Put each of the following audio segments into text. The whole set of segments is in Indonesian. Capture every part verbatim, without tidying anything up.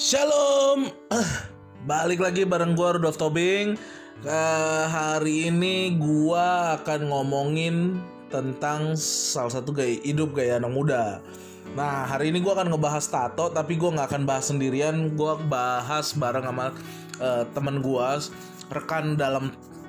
Shalom, balik lagi bareng gua Rudolf Tobing. Uh, hari ini gua akan ngomongin tentang salah satu gaya hidup gaya anak muda. Nah, hari ini gua akan ngebahas tato, tapi gua nggak akan bahas sendirian. Gua bahas bareng sama uh, teman gua, rekan dalam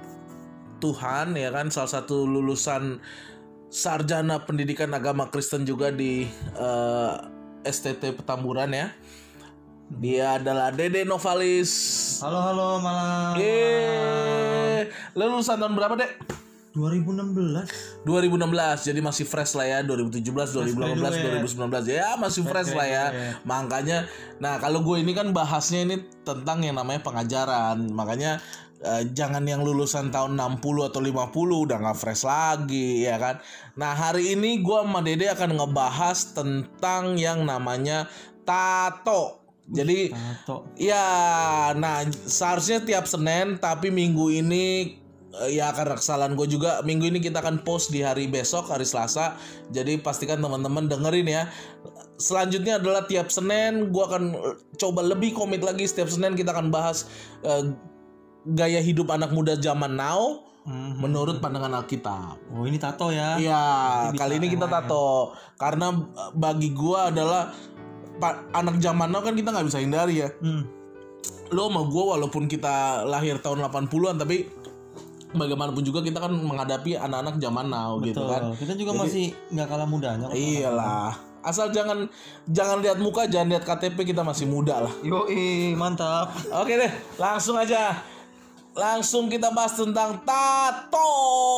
Tuhan, ya kan, salah satu lulusan sarjana pendidikan agama Kristen juga di uh, S T T Petamburan ya. Dia adalah Dede Novalis. Halo halo malam. Yeay. Lulusan tahun berapa, Dek? dua ribu enam belas. dua ribu enam belas. Jadi masih fresh lah ya. dua ribu tujuh belas, dua ribu delapan belas, dua ribu sembilan belas. Ya masih fresh lah ya. Makanya, nah kalau gue ini kan bahasnya ini tentang yang namanya pengajaran. Makanya eh, jangan yang lulusan tahun enam puluh atau lima puluh udah gak fresh lagi, ya kan. Nah hari ini gue sama Dede akan ngebahas tentang yang namanya tato. Jadi Tato. ya, nah seharusnya tiap Senin, tapi minggu ini ya karena kesalahan gue juga, minggu ini kita akan post di hari besok, hari Selasa. Jadi pastikan teman-teman dengerin ya. Selanjutnya adalah tiap Senin gue akan coba lebih komit lagi. Setiap Senin kita akan bahas uh, gaya hidup anak muda zaman now mm-hmm. menurut pandangan Alkitab. Oh ini tato ya? Iya, kali ini kita tato ya. Karena bagi gue adalah anak zaman now kan kita nggak bisa hindari ya. Hmm. Lo sama gue walaupun kita lahir tahun delapan puluhan, tapi bagaimanapun juga kita kan menghadapi anak-anak zaman now. Betul. Gitu kan. Kita juga jadi, masih nggak kalah mudanya. Iyalah. Asal jangan jangan lihat muka, jangan lihat K T P, kita masih muda lah. Yoi, mantap. Oke deh, langsung aja. Langsung kita bahas tentang tato.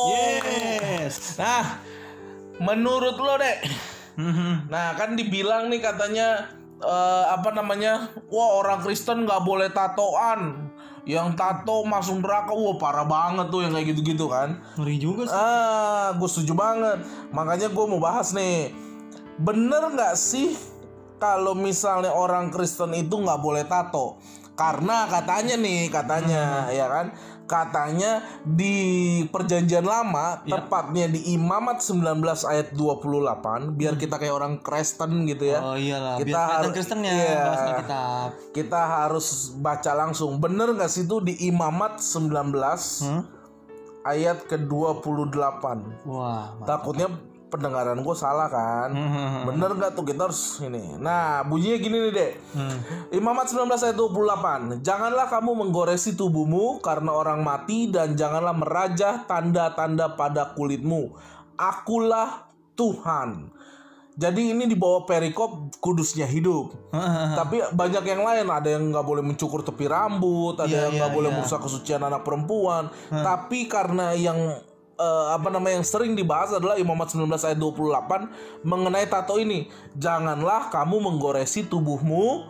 Yes. Nah, menurut lo, Dek. Nah kan dibilang nih katanya uh, apa namanya, wah orang Kristen nggak boleh tatoan, yang tato masuk neraka. Wah parah banget tuh yang kayak gitu-gitu kan. Ngeri juga sih. Ah, gue setuju banget. Makanya gue mau bahas nih, bener nggak sih kalau misalnya orang Kristen itu nggak boleh tato? Karena katanya nih katanya hmm. ya kan, katanya di perjanjian lama, ya. Tepatnya di Imamat sembilan belas ayat dua puluh delapan, biar kita kayak orang Kristen gitu ya. Oh iyalah, kita harus Kristennya iya, bahas Alkitab. Kita harus baca langsung. Bener gak sih itu di Imamat sembilan belas hmm? ayat ke dua puluh delapan? Wah, takutnya pendengaran gue salah kan. hmm. Bener gak tuh, kita harus ini. Nah bunyinya gini nih, Dek. hmm. Imamat sembilan belas ayat dua puluh delapan. Janganlah kamu menggoresi tubuhmu karena orang mati, dan janganlah merajah tanda-tanda pada kulitmu. Akulah Tuhan. Jadi ini di bawah perikop kudusnya hidup. Tapi banyak yang lain. Ada yang gak boleh mencukur tepi rambut, ada yeah, yang gak yeah, boleh yeah. merusak kesucian anak perempuan. hmm. Tapi karena yang Uh, apa namanya yang sering dibahas adalah Imamat sembilan belas ayat dua puluh delapan mengenai tato ini. Janganlah kamu menggoresi tubuhmu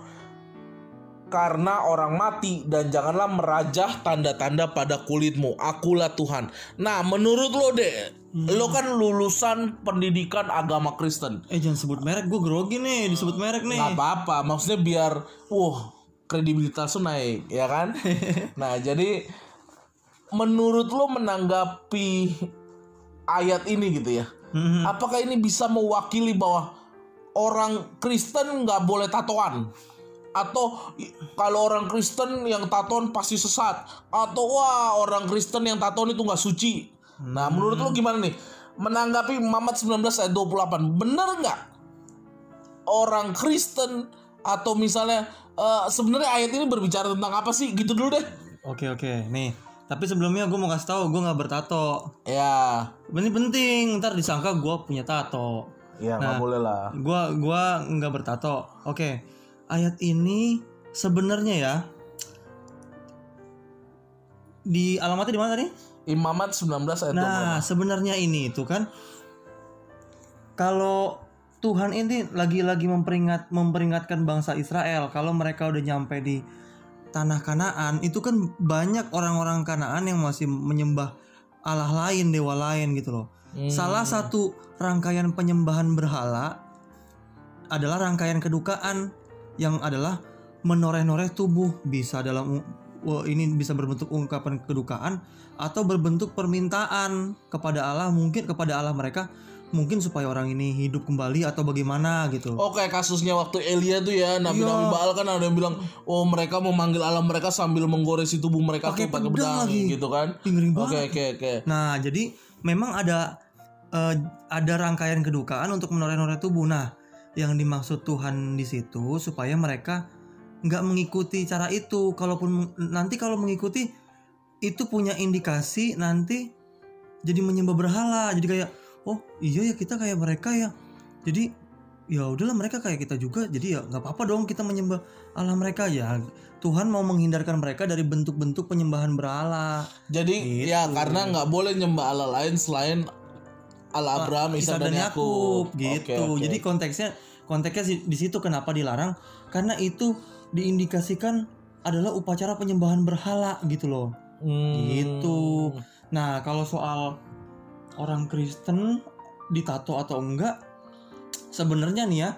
karena orang mati, dan janganlah merajah tanda-tanda pada kulitmu. Akulah Tuhan. Nah menurut lo, Dek, hmm. lo kan lulusan pendidikan agama Kristen. Eh jangan sebut merek, gue grogi nih disebut merek nih. Gak apa-apa, maksudnya biar wah kredibilitas lo naik, ya kan. Nah jadi menurut lo menanggapi ayat ini gitu ya, mm-hmm. apakah ini bisa mewakili bahwa orang Kristen nggak boleh tatoan, atau kalau orang Kristen yang tatoan pasti sesat, atau wah orang Kristen yang tatoan itu nggak suci? mm-hmm. Nah menurut lo gimana nih menanggapi Imamat sembilan belas ayat dua puluh delapan? Bener nggak orang Kristen, atau misalnya uh, sebenarnya ayat ini berbicara tentang apa sih gitu dulu deh. Oke oke nih. Tapi sebelumnya gue mau kasih tahu gue nggak bertato. Ya. Ini penting, ntar disangka gue punya tato. Ya nggak nah, boleh lah. Gue gua nggak bertato. Oke, ayat ini sebenarnya ya di alamatnya di mana tadi? Imamat sembilan belas ayat dua puluh. Nah sebenarnya ini itu kan kalau Tuhan ini lagi-lagi memperingat memperingatkan bangsa Israel kalau mereka udah nyampe di tanah Kanaan, itu kan banyak orang-orang Kanaan yang masih menyembah Allah lain, dewa lain gitu loh. Hmm. Salah satu rangkaian penyembahan berhala adalah rangkaian kedukaan, yang adalah menoreh-noreh tubuh. Bisa dalam ini bisa berbentuk ungkapan kedukaan atau berbentuk permintaan kepada Allah, mungkin kepada Allah mereka, mungkin supaya orang ini hidup kembali atau bagaimana gitu. Oh kayak kasusnya waktu Elia tuh ya, Nabi-Nabi Iya. Baal kan ada yang bilang, oh mereka memanggil Allah mereka sambil menggoresi tubuh mereka Pakai tuh pakai pedang pedang lagi. gitu kan. Ih, ngeri Oke banget. oke oke. Nah, jadi memang ada eh, ada rangkaian kedukaan untuk menoreh-noreh tubuh. Nah, yang dimaksud Tuhan di situ supaya mereka nggak mengikuti cara itu. Kalaupun nanti kalau mengikuti itu punya indikasi nanti jadi menyembah berhala. Jadi kayak, oh iya ya kita kayak mereka ya. Jadi ya udahlah mereka kayak kita juga. Jadi ya nggak apa-apa dong kita menyembah Allah mereka ya. Tuhan mau menghindarkan mereka dari bentuk-bentuk penyembahan berhala. Jadi Gitu. ya karena nggak boleh nyembah Allah lain selain Allah Abraham, Ishak dan Yakub gitu. Oke, oke. Jadi konteksnya konteksnya di- di situ kenapa dilarang? Karena itu diindikasikan adalah upacara penyembahan berhala gitu loh. Hmm. Gitu. Nah, kalau soal orang Kristen ditato atau enggak, sebenarnya nih ya,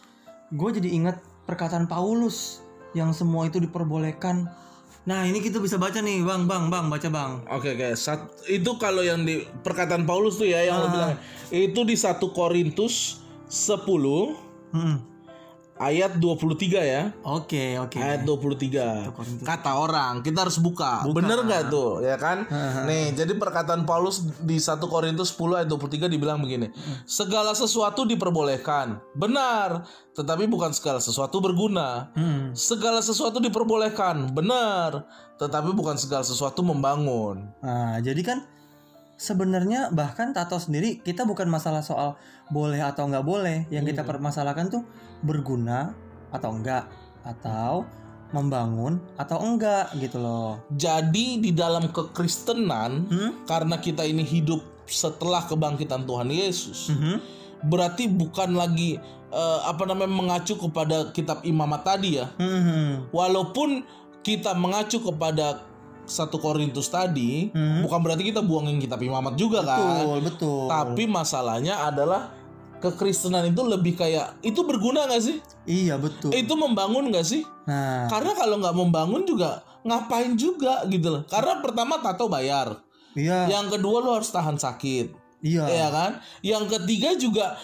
gue jadi ingat perkataan Paulus yang semua itu diperbolehkan. Nah, ini kita bisa baca nih, bang, bang, bang, baca bang. Oke oke. Sat- itu kalau yang di perkataan Paulus tuh ya yang lo Ah. bilang itu di satu Korintus sepuluh Hmm. ayat dua puluh tiga ya. Oke, oke. Ayat dua puluh tiga. satu Korintus. Kata orang, kita harus buka. Buka. Bener nggak tuh, ya kan? Nih, jadi perkataan Paulus di satu Korintus sepuluh ayat dua puluh tiga dibilang begini. Segala sesuatu diperbolehkan. Benar, tetapi bukan segala sesuatu berguna. Hmm. Segala sesuatu diperbolehkan. Benar, tetapi bukan segala sesuatu membangun. Nah, jadi kan sebenarnya bahkan tato sendiri kita bukan masalah soal boleh atau nggak boleh. Yang kita permasalahkan tuh berguna atau enggak, atau membangun atau enggak gitu loh. Jadi di dalam kekristenan, Hmm? karena kita ini hidup setelah kebangkitan Tuhan Yesus, Mhm. berarti bukan lagi eh, apa namanya mengacu kepada kitab imamat tadi ya. Mhm. Walaupun kita mengacu kepada satu Korintus tadi, Hmm. bukan berarti kita buangin kitab imamat juga kan. Betul, betul. Tapi masalahnya adalah kekristenan itu lebih kayak itu berguna nggak sih? Iya, betul. Itu membangun nggak sih? Nah, Karena kalau nggak membangun juga ngapain juga gitu loh. Karena pertama tato bayar, iya, yang kedua lo harus tahan sakit, iya. ya kan? Yang ketiga juga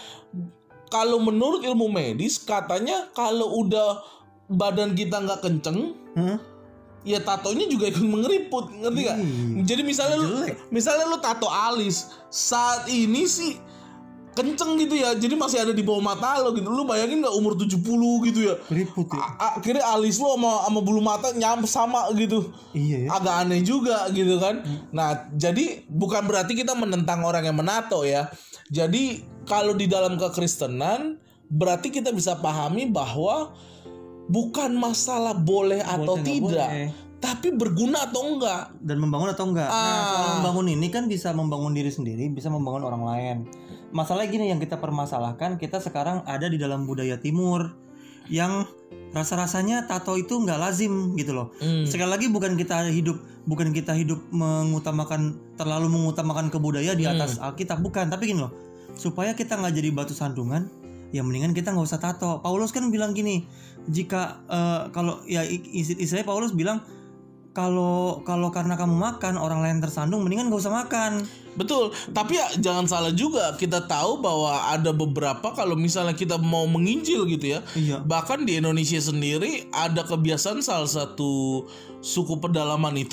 kalau menurut ilmu medis katanya kalau udah badan kita nggak kenceng, Hmm? ya tatonya juga ikut mengeriput, ngerti gak? Ih, Jadi misalnya lu, jelek. misalnya lu tato alis saat ini sih kenceng gitu ya, jadi masih ada di bawah mata lo gitu. Lu bayangin nggak umur tujuh puluh gitu ya? Keriput ya. A- akhirnya alis lo sama, sama bulu mata nyam sama gitu. Iya ya. Agak aneh juga gitu kan. Nah, jadi bukan berarti kita menentang orang yang menato ya. Jadi kalau di dalam kekristenan berarti kita bisa pahami bahwa bukan masalah boleh atau nggak tidak, boleh. tapi berguna atau enggak. Dan membangun atau enggak. Nah, Ah. soal membangun ini kan bisa membangun diri sendiri, bisa membangun orang lain. Masalahnya gini yang kita permasalahkan, kita sekarang ada di dalam budaya timur yang rasa-rasanya tato itu nggak lazim gitu loh. Hmm. Sekali lagi bukan kita hidup bukan kita hidup mengutamakan terlalu mengutamakan kebudayaan di atas Alkitab, bukan, tapi gini loh. Supaya kita nggak jadi batu sandungan, ya mendingan kita nggak usah tato. Paulus kan bilang gini, jika eh, kalau ya istilahnya Paulus bilang kalau kalau karena kamu makan orang lain tersandung, mendingan nggak usah makan. Betul, tapi ya jangan salah juga. Kita tahu bahwa ada beberapa kalau misalnya kita mau menginjil gitu ya. Iya. Bahkan di Indonesia sendiri ada kebiasaan salah satu suku pedalaman itu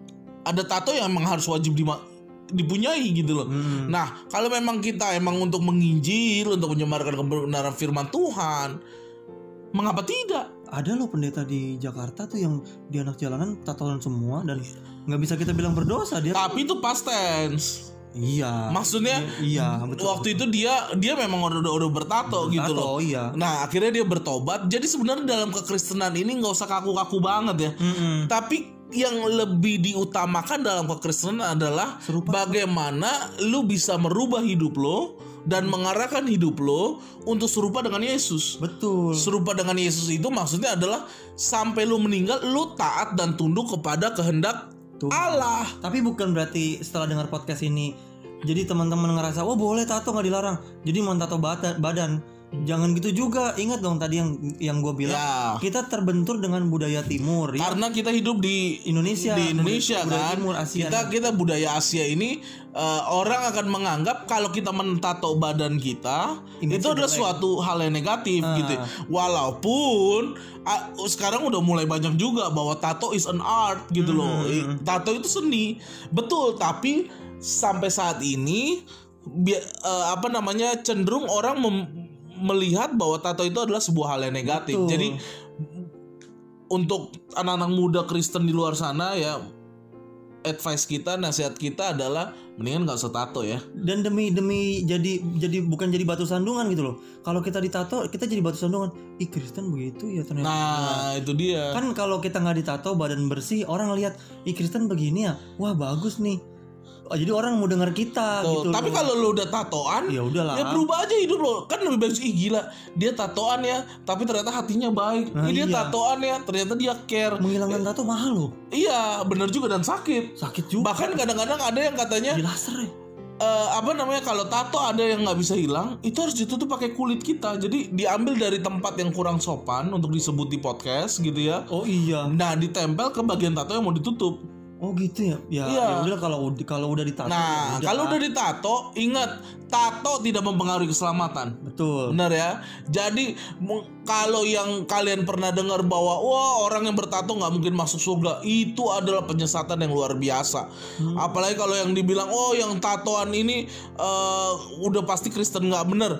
ada tato yang emang harus wajib dima- dipunyai gitu loh. Hmm. Nah, kalau memang kita emang untuk menginjil, untuk menyebarkan kebenaran firman Tuhan, mengapa tidak? Ada loh pendeta di Jakarta tuh yang di anak jalanan tatoan semua dan nggak bisa kita bilang berdosa dia. Tapi itu past tense. Iya. Maksudnya Iya, betul. waktu itu dia dia memang udah udah, udah bertato gitu loh. Tato, iya. Nah akhirnya dia bertobat. Jadi sebenarnya dalam kekristenan ini nggak usah kaku-kaku banget ya. Mm-mm. Tapi yang lebih diutamakan dalam kekristenan adalah Serupa. bagaimana lu bisa merubah hidup lo dan mengarahkan hidup lo untuk serupa dengan Yesus. Betul. Serupa dengan Yesus itu maksudnya adalah sampai lu meninggal lu taat dan tunduk kepada kehendak Tuhan. Allah. Tapi bukan berarti setelah dengar podcast ini jadi teman-teman ngerasa, "Oh, boleh tato nggak dilarang." Jadi mau tato bata- badan. Jangan gitu juga. Ingat dong tadi yang yang gue bilang, Ya. kita terbentur dengan budaya timur ya. Karena kita hidup di Indonesia, di Indonesia budaya kan. timur, Asia. Kita kita budaya Asia ini uh, orang akan menganggap kalau kita mentato badan kita Image itu adalah jelek. suatu hal yang negatif Ah. gitu. Walaupun uh, sekarang udah mulai banyak juga bahwa tato is an art gitu loh. Hmm. Tato itu seni. Betul, tapi sampai saat ini bi- uh, apa namanya cenderung orang mem- melihat bahwa tato itu adalah sebuah hal yang negatif. Betul. Jadi untuk anak-anak muda Kristen di luar sana ya, advice kita, nasihat kita adalah mendingan nggak usah tato ya. Dan demi demi jadi jadi bukan jadi batu sandungan gitu loh. Kalau kita ditato, kita jadi batu sandungan. Ih, Kristen begitu ya ternyata. Nah itu dia. Kan kalau kita nggak ditato, badan bersih, orang lihat, ih Kristen begini ya, wah bagus nih. Oh, jadi orang mau dengar kita Tuh, gitu. tapi loh. kalau lu udah tatoan, Ya udahlah. ya berubah aja hidup lo. Kan lebih bagus, ih gila, dia tatoan ya, tapi ternyata hatinya baik. Nah, Ih, dia iya. tatoan ya, ternyata dia care. menghilangkan tato mahal loh. Iya, bener juga dan sakit. Sakit juga. Bahkan kadang-kadang ada yang katanya Jadi laser ya. eh, apa namanya, kalau tato ada yang nggak bisa hilang, itu harus ditutup pakai kulit kita. Jadi diambil dari tempat yang kurang sopan untuk disebut di podcast gitu ya. Oh iya. Nah, ditempel ke bagian tato yang mau ditutup. Oh gitu ya. Ya, Iya. ya udah kalau ud- kalau udah ditato. Nah, ya kalau lah. udah ditato, ingat tato tidak mempengaruhi keselamatan. Betul. Benar ya. Jadi mu- kalau yang kalian pernah dengar bahwa wah orang yang bertato nggak mungkin masuk surga, itu adalah penyesatan yang luar biasa. Hmm. Apalagi kalau yang dibilang oh yang tatoan ini eh, udah pasti Kristen, nggak bener.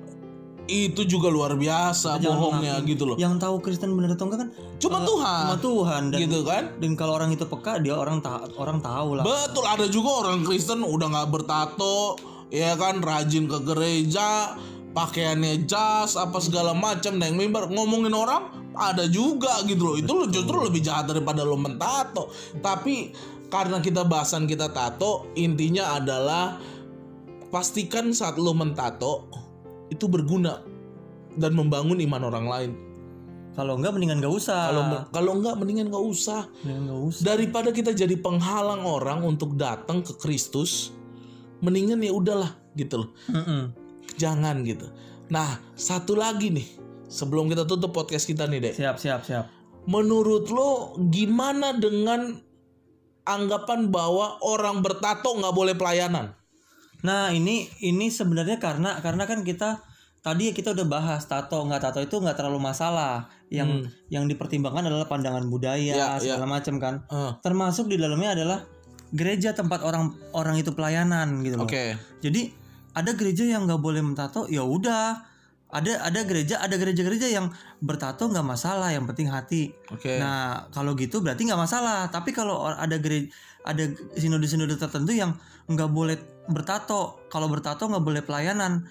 Itu juga luar biasa Jangan bohongnya mengaku. gitu loh. Yang tahu Kristen bener atau enggak kan Cuma eh, Tuhan. Cuma Tuhan dan Gitu kan? dan kalau orang itu peka, dia orang ta- orang tahu lah. Betul, ada juga orang Kristen udah nggak bertato, ya kan, rajin ke gereja, pakaiannya jas, apa segala macam, naik mimbar ngomongin orang, ada juga gitu loh. Itu lo justru lebih jahat daripada lo mentato. Tapi karena kita bahasan kita tato, intinya adalah pastikan saat lo mentato itu berguna dan membangun iman orang lain. Kalau enggak mendingan enggak usah. Kalau kalau enggak mendingan nggak usah. Mendingan enggak usah. Daripada kita jadi penghalang orang untuk datang ke Kristus, mendingan ya udahlah gitu loh. Mm-mm. Jangan gitu. Nah, satu lagi nih, sebelum kita tutup podcast kita nih, Dek. Siap, siap, siap. Menurut lo gimana dengan anggapan bahwa orang bertato nggak boleh pelayanan? Nah, ini ini sebenarnya karena karena kan kita tadi kita udah bahas tato nggak tato itu nggak terlalu masalah. Yang yang dipertimbangkan adalah pandangan budaya Ya, segala macam kan. Eh, Termasuk di dalamnya adalah gereja tempat orang orang itu pelayanan gitu loh. Oke. Jadi ada gereja yang nggak boleh mentato, ya udah. Ada ada gereja ada gereja-gereja yang bertato nggak masalah, yang penting hati. Oke. Nah kalau gitu berarti nggak masalah. Tapi kalau or- ada gereja ada sinode-sinode tertentu yang nggak boleh bertato, kalau bertato nggak boleh pelayanan,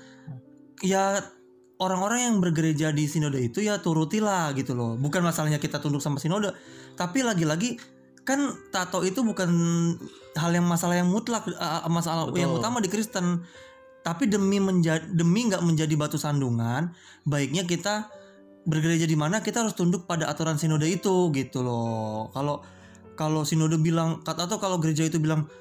ya orang-orang yang bergereja di sinode itu ya turutilah gitu loh. Bukan masalahnya kita tunduk sama sinode, tapi lagi-lagi kan tato itu bukan hal yang masalah yang mutlak, uh, masalah Betul. yang utama di Kristen. Tapi demi menjadi demi nggak menjadi batu sandungan, baiknya kita bergereja di mana kita harus tunduk pada aturan sinode itu gitu loh. Kalau kalau sinode bilang kata atau kalau gereja itu bilang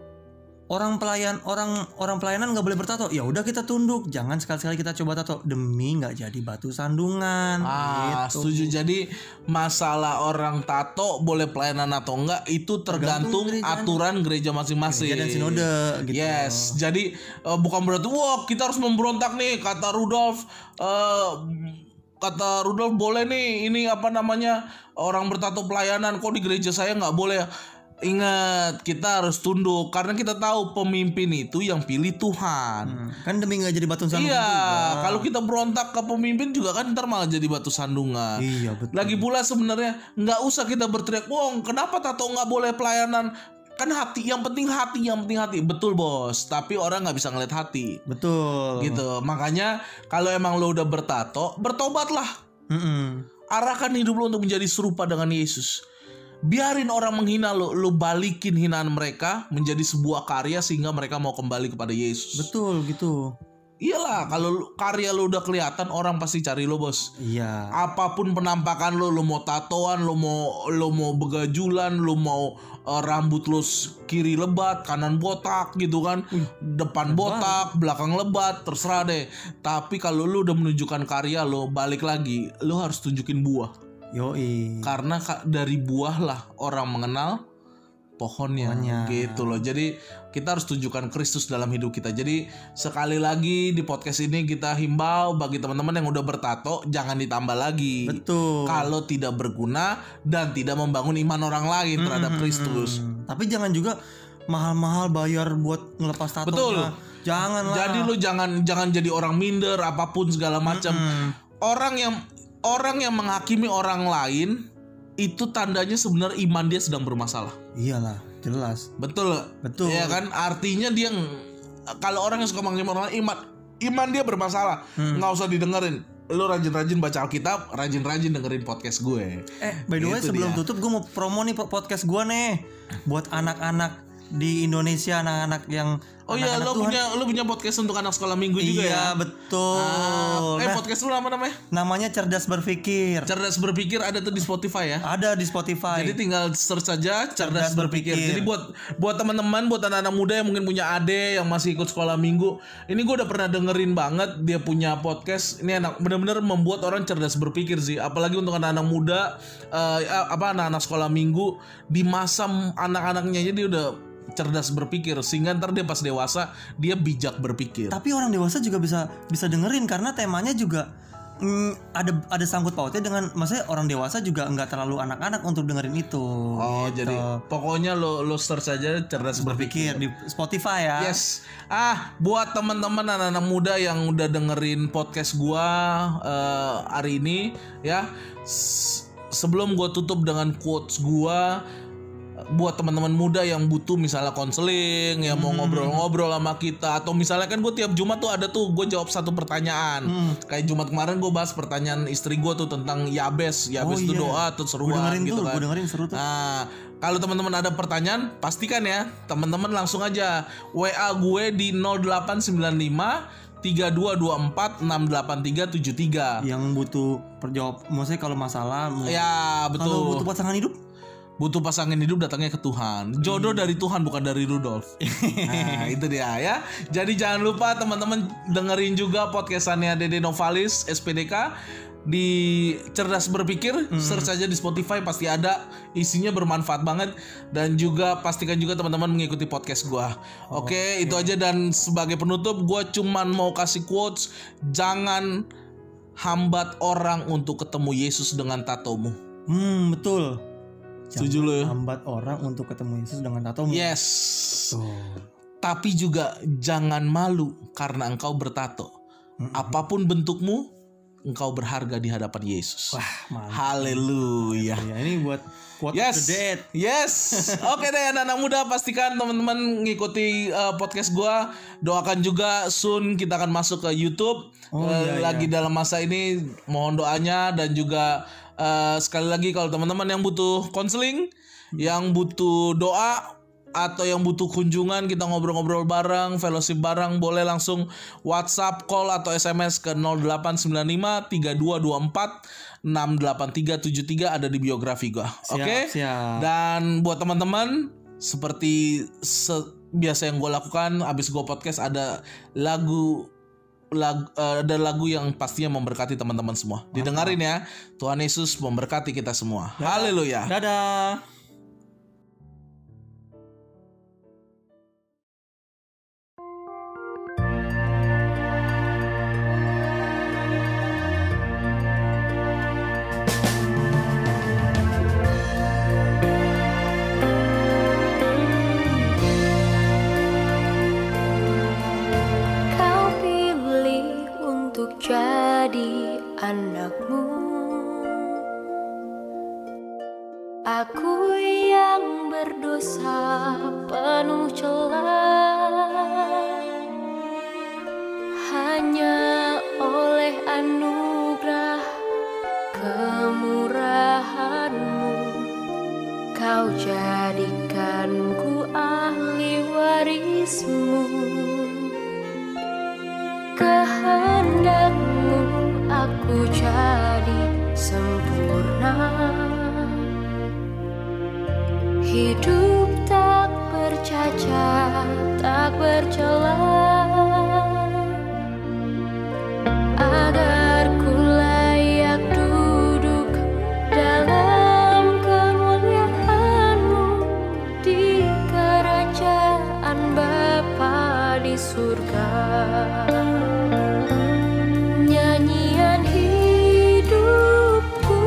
orang pelayan orang orang pelayanan nggak boleh bertato, ya udah kita tunduk. Jangan sekali-sekali kita coba tato demi nggak jadi batu sandungan. Ah, gitu. setuju. Jadi masalah orang tato boleh pelayanan atau enggak itu tergantung Tergantung gereja. aturan gereja masing-masing. Gereja dan sinode gitu. Yes, jadi eh, bukan berarti wah kita harus memberontak nih kata Rudolf. eh, kata Rudolf boleh nih ini apa namanya orang bertato pelayanan, kok di gereja saya nggak boleh. Ingat, kita harus tunduk karena kita tahu pemimpin itu yang pilih Tuhan. Hmm, kan demi nggak jadi batu sandungan. Iya, juga. kalau kita berontak ke pemimpin juga kan ntar malah jadi batu sandungan. Iya betul. Lagi pula sebenarnya nggak usah kita berteriak, wong kenapa tato nggak boleh pelayanan? Kan hati, yang penting hati, yang penting hati. Betul bos, tapi orang nggak bisa ngeliat hati. Betul. Gitu, makanya kalau emang lo udah bertato, bertobatlah. Mm-mm. Arahkan hidup lo untuk menjadi serupa dengan Yesus. Biarin orang menghina lo, lo balikin hinaan mereka menjadi sebuah karya sehingga mereka mau kembali kepada Yesus. Betul gitu. Iyalah, kalau lu- karya lu udah kelihatan orang pasti cari lu, Bos. Iya. Apapun penampakan lu, lu mau tatoan, lu mau lu mau begajulan, lu mau uh, rambut lu s- kiri lebat, kanan botak gitu kan. Depan botak, belakang lebat, terserah deh. Tapi kalau lu udah menunjukkan karya lu, balik lagi, lu harus tunjukin buah. Yoi. Karena ka- dari buah lah orang mengenal pohonnya, Pohonnya. gitu loh. Jadi kita harus tunjukkan Kristus dalam hidup kita. Jadi sekali lagi di podcast ini kita himbau bagi teman-teman yang udah bertato, jangan ditambah lagi. Betul. Kalau tidak berguna dan tidak membangun iman orang lain terhadap Kristus. Hmm, tapi jangan juga mahal-mahal bayar buat ngelepas tato. Betul. Jangan lah. Jadi lu jangan jangan jadi orang minder apapun segala macam. Orang yang orang yang menghakimi orang lain itu tandanya sebenarnya iman dia sedang bermasalah. Iyalah, jelas. Betul. Betul. Ya kan, artinya dia ng- kalau orang yang suka menghakimi orang lain, iman iman dia bermasalah. Nggak usah didengerin. Lu rajin-rajin baca Alkitab, rajin-rajin dengerin podcast gue. Eh, by the way Itu sebelum dia. tutup gue mau promo nih po- podcast gue nih buat anak-anak di Indonesia, anak-anak yang Oh iya, anak-anak lo Tuhan. punya lo punya podcast untuk anak sekolah minggu juga ya. Iya, betul. Ah, eh Nah, podcast lu apa namanya? namanya Cerdas Berpikir. Cerdas Berpikir, ada tuh di Spotify ya. Ada di Spotify. Jadi tinggal search saja Cerdas, Cerdas Berpikir. Berpikir. Jadi buat buat teman-teman, buat anak-anak muda yang mungkin punya ade yang masih ikut sekolah minggu, ini gue udah pernah dengerin banget dia punya podcast. Ini anak benar-benar membuat orang cerdas berpikir sih. Apalagi untuk anak-anak muda, eh, apa anak-anak sekolah minggu di masa m- anak-anaknya jadi udah cerdas berpikir sehingga ntar dia pas dewasa dia bijak berpikir. Tapi orang dewasa juga bisa bisa dengerin karena temanya juga mm, ada ada sangkut pautnya dengan, maksudnya orang dewasa juga nggak terlalu anak-anak untuk dengerin itu. Oh, gitu. jadi pokoknya lo lo search aja cerdas berpikir. Pikir di Spotify ya. Yes. Ah, buat teman-teman anak-anak muda yang udah dengerin podcast gua eh, hari ini ya. S- sebelum gua tutup dengan quotes gua, buat teman-teman muda yang butuh misalnya konseling, yang mau ngobrol-ngobrol sama kita, atau misalnya kan gue tiap Jumat tuh ada tuh gue jawab satu pertanyaan. Kayak Jumat kemarin gue bahas pertanyaan istri gue tuh tentang Yabes, Yabes Oh, itu iya. doa tuh Gue seruan dengerin gitu tuh, kan. gue dengerin seru tuh. Nah, kalau teman-teman ada pertanyaan, pastikan ya, teman-teman langsung aja W A gue di nol delapan sembilan lima tiga dua dua empat enam delapan tiga tujuh tiga. Yang butuh perjawab, maksudnya kalau masalah, Ya, kalau betul. butuh pasangan hidup, Butuh pasangan hidup datangnya ke Tuhan. Jodoh dari Tuhan bukan dari Rudolf. Nah, itu dia ya. Jadi jangan lupa teman-teman dengerin juga podcastannya Dede Novalis S P D K di Cerdas Berpikir. Search aja di Spotify pasti ada. Isinya bermanfaat banget. Dan juga pastikan juga teman-teman mengikuti podcast gua. Oke, itu aja. Dan sebagai penutup gua cuman mau kasih quotes. Jangan hambat orang untuk ketemu Yesus dengan tatomu. hmm betul. Setuju lo ya? Hambat orang untuk ketemu Yesus dengan tatomu. Yes. Tuh. Tapi juga jangan malu karena engkau bertato. Apapun bentukmu, engkau berharga di hadapan Yesus. Wah, mantap. Haleluya. Ya, ini buat quote Yes. of the dead. Yes. Oke deh anak-anak muda, pastikan teman-teman ngikuti uh, podcast gua. Doakan juga soon kita akan masuk ke YouTube. Oh, Uh, iya, lagi dalam masa ini mohon doanya, dan juga uh, sekali lagi kalau teman-teman yang butuh konseling, yang butuh doa, atau yang butuh kunjungan, kita ngobrol-ngobrol bareng, fellowship bareng, boleh langsung WhatsApp, call, atau S M S ke nol delapan sembilan lima tiga dua dua empat enam delapan tiga tujuh tiga, ada di biografi gua. Siap, Oke. siap. Dan buat teman-teman, seperti se- biasa yang gue lakukan, abis gue podcast ada lagu lagu eh, ada lagu yang pastinya memberkati teman-teman semua. Didengarin ya. Tuhan Yesus memberkati kita semua. Haleluya. Dadah. Kau pilih untuk jadi anakmu. Aku yang berdosa penuh celah, hanya oleh anugerah kemurahan-Mu Kau jadikanku ahli waris-Mu. hidup tak bercacat, tak bercela, agar ku layak duduk dalam kemuliaan-Mu di kerajaan Bapa di surga. Nyanyian hidupku,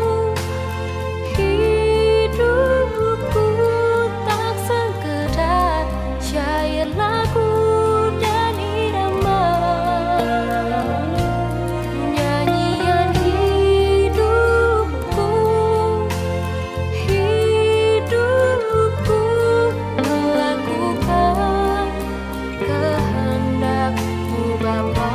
hidupku tak sekedar syair lagu dan irama. Nyanyian hidupku, hidupku melakukan kehendak-Mu Bapa.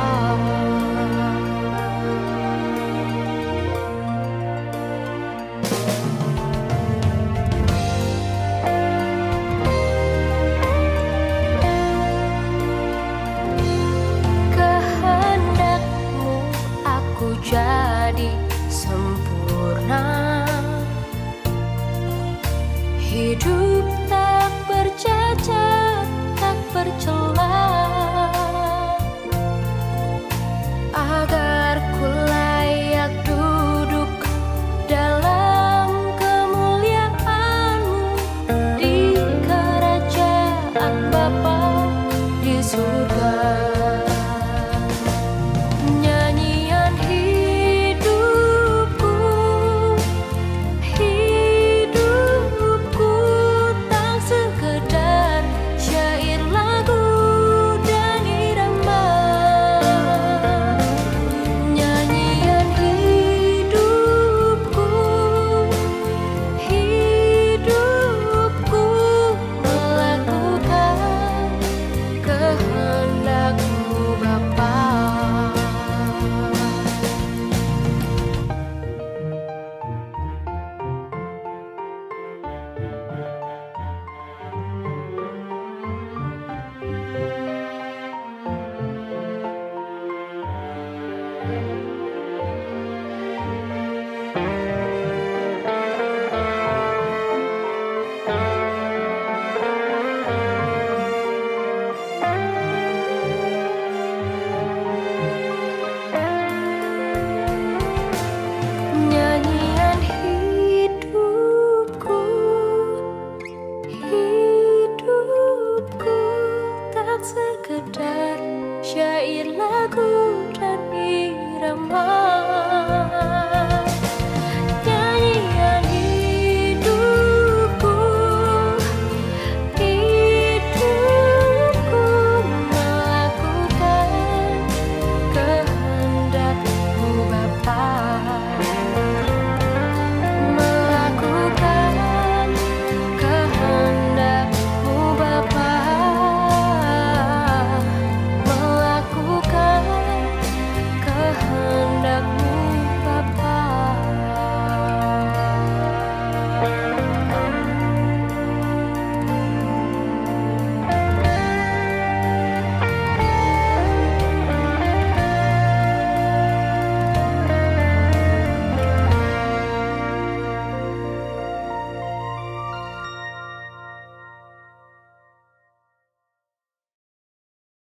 Kehendak-Mu aku jadi sempurna, hidup tak bercacat, tak bercela, agar ku layak duduk dalam kemuliaan-Mu di kerajaan Bapa di surga. Nyanyian hidupku, hidupku tak sekedar syair lagu dan irama. Nyanyian hidupku, hidupku melakukan kehendak-Mu Bapa. Nyanyian hidupku, hidupku tak sekedar syair lagu